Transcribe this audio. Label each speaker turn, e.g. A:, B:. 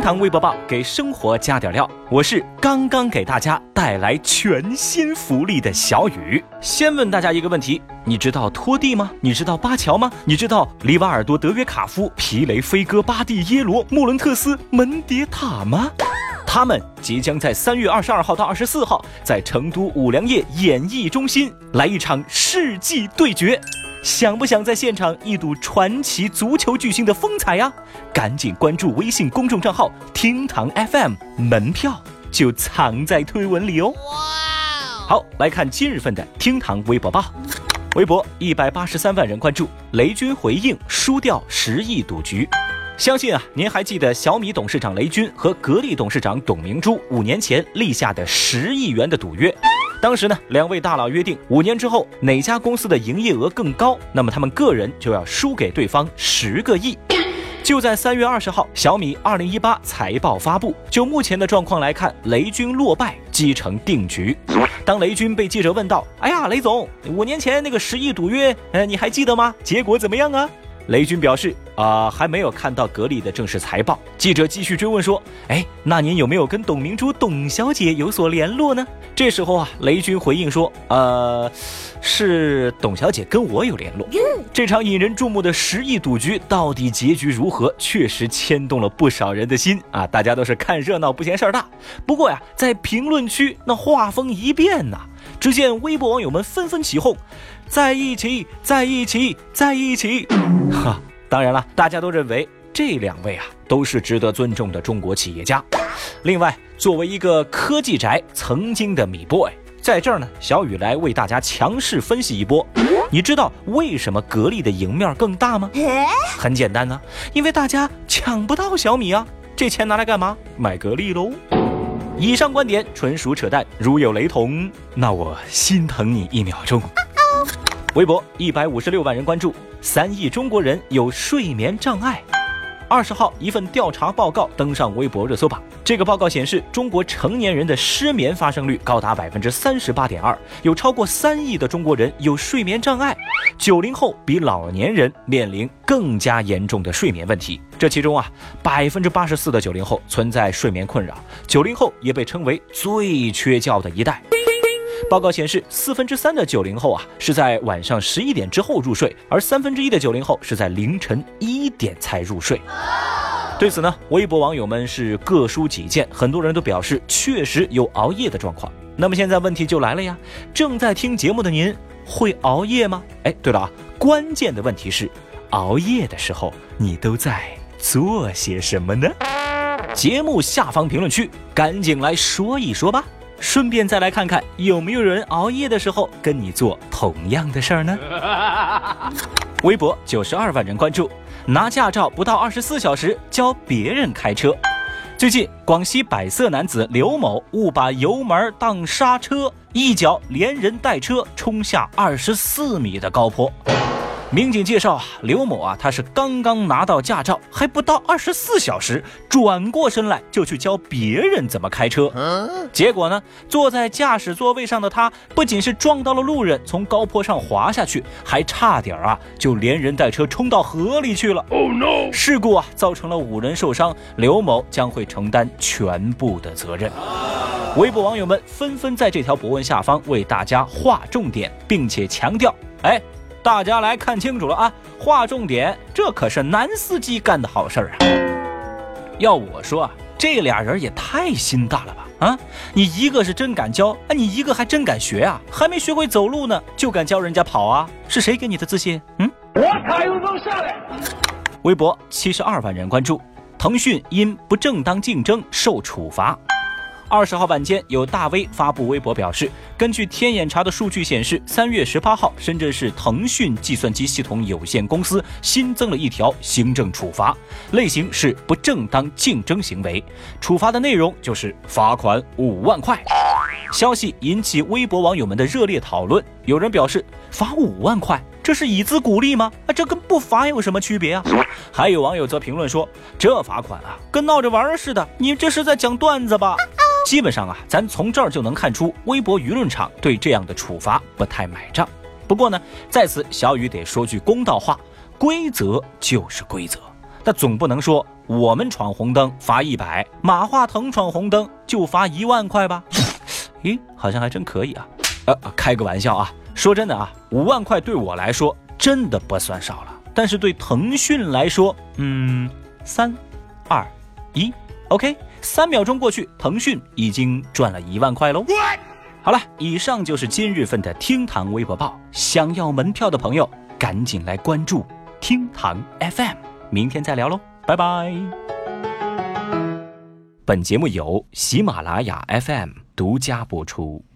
A: 堂微博报给生活加点料，我是刚刚给大家带来全新福利的小雨。先问大家一个问题，你知道托蒂吗？你知道巴乔吗？你知道里瓦尔多、德约卡夫、皮雷、飞哥、巴蒂、耶罗、莫伦特斯、门迭塔吗？他们即将在3月22号到24号在成都五粮液演艺中心来一场世纪对决。想不想在现场一睹传奇足球巨星的风采呀？赶紧关注微信公众账号厅堂 FM， 门票就藏在推文里哦。好，来看今日份的厅堂微博报。微博183万人关注，雷军回应输掉10亿赌局。相信您还记得小米董事长雷军和格力董事长董明珠5年前立下的10亿元的赌约。当时两位大佬约定5年之后哪家公司的营业额更高，那么他们个人就要输给对方10个亿。就在3月20号，小米2018财报发布，就目前的状况来看，雷军落败，既成定局。当雷军被记者问到，哎呀，雷总，5年前那个10亿赌约，你还记得吗？结果怎么样啊？雷军表示还没有看到格力的正式财报。记者继续追问说，那您有没有跟董明珠董小姐有所联络呢？这时候雷军回应说，是董小姐跟我有联络。这场引人注目的10亿赌局到底结局如何，确实牵动了不少人的心啊！大家都是看热闹不嫌事儿大。不过在评论区那画风一变只见微博网友们纷纷起哄，在一起，在一起，在一起。当然了，大家都认为这2位都是值得尊重的中国企业家。另外，作为一个科技宅，曾经的米 boy， 在这儿小雨来为大家强势分析一波。你知道为什么格力的赢面更大吗？很简单因为大家抢不到小米这钱拿来干嘛？买格力喽。以上观点纯属扯淡，如有雷同，那我心疼你1秒钟。微博156万人关注，3亿中国人有睡眠障碍。20号，一份调查报告登上微博热搜榜。这个报告显示，中国成年人的失眠发生率高达 38.2%， 有超过3亿的中国人有睡眠障碍。90后比老年人面临更加严重的睡眠问题。这其中84%的90后存在睡眠困扰，90后也被称为最缺觉的一代。报告显示，3%的90后是在晚上11点之后入睡，而1/3的90后是在凌晨1点才入睡。对此微博网友们是各抒己见，很多人都表示确实有熬夜的状况。那么现在问题就来了呀，正在听节目的您会熬夜吗？对了关键的问题是，熬夜的时候你都在做些什么呢？节目下方评论区赶紧来说一说吧。顺便再来看看有没有人熬夜的时候跟你做同样的事儿呢？微博92万人关注，拿驾照不到24小时教别人开车。最近，广西百色男子刘某误把油门当刹车，一脚连人带车冲下24米的高坡。民警介绍刘某他是刚刚拿到驾照，还不到24小时，转过身来就去教别人怎么开车。结果坐在驾驶座位上的他不仅是撞到了路人，从高坡上滑下去，还差点就连人带车冲到河里去了。Oh no！ 事故造成了5人受伤，刘某将会承担全部的责任。微博网友们纷纷在这条博文下方为大家划重点，并且强调，大家来看清楚了划重点，这可是男司机干的好事儿要我说这俩人也太心大了吧你一个是真敢教你一个还真敢学还没学会走路呢就敢教人家跑是谁给你的自信？我卡有种下来。微博72万人关注，腾讯因不正当竞争受处罚。20号晚间，有大 V 发布微博表示，根据天眼查的数据显示，3月18号，深圳市腾讯计算机系统有限公司新增了一条行政处罚，类型是不正当竞争行为，处罚的内容就是罚款5万块。消息引起微博网友们的热烈讨论，有人表示罚5万块，这是以资鼓励吗？这跟不罚有什么区别还有网友则评论说，这罚款跟闹着玩似的，你这是在讲段子吧？基本上咱从这儿就能看出微博舆论场对这样的处罚不太买账。不过在此小雨得说句公道话，规则就是规则，但总不能说我们闯红灯罚100，马化腾闯红灯就罚1万块吧？咦，好像还真可以啊。开个玩笑啊，说真的啊，5万块对我来说真的不算少了，但是对腾讯来说，3、2、1 OK， 3秒钟过去，腾讯已经赚了1万块喽。好了，以上就是今日份的厅堂微博报，想要门票的朋友赶紧来关注厅堂 FM， 明天再聊喽，拜拜。本节目由喜马拉雅 FM 独家播出。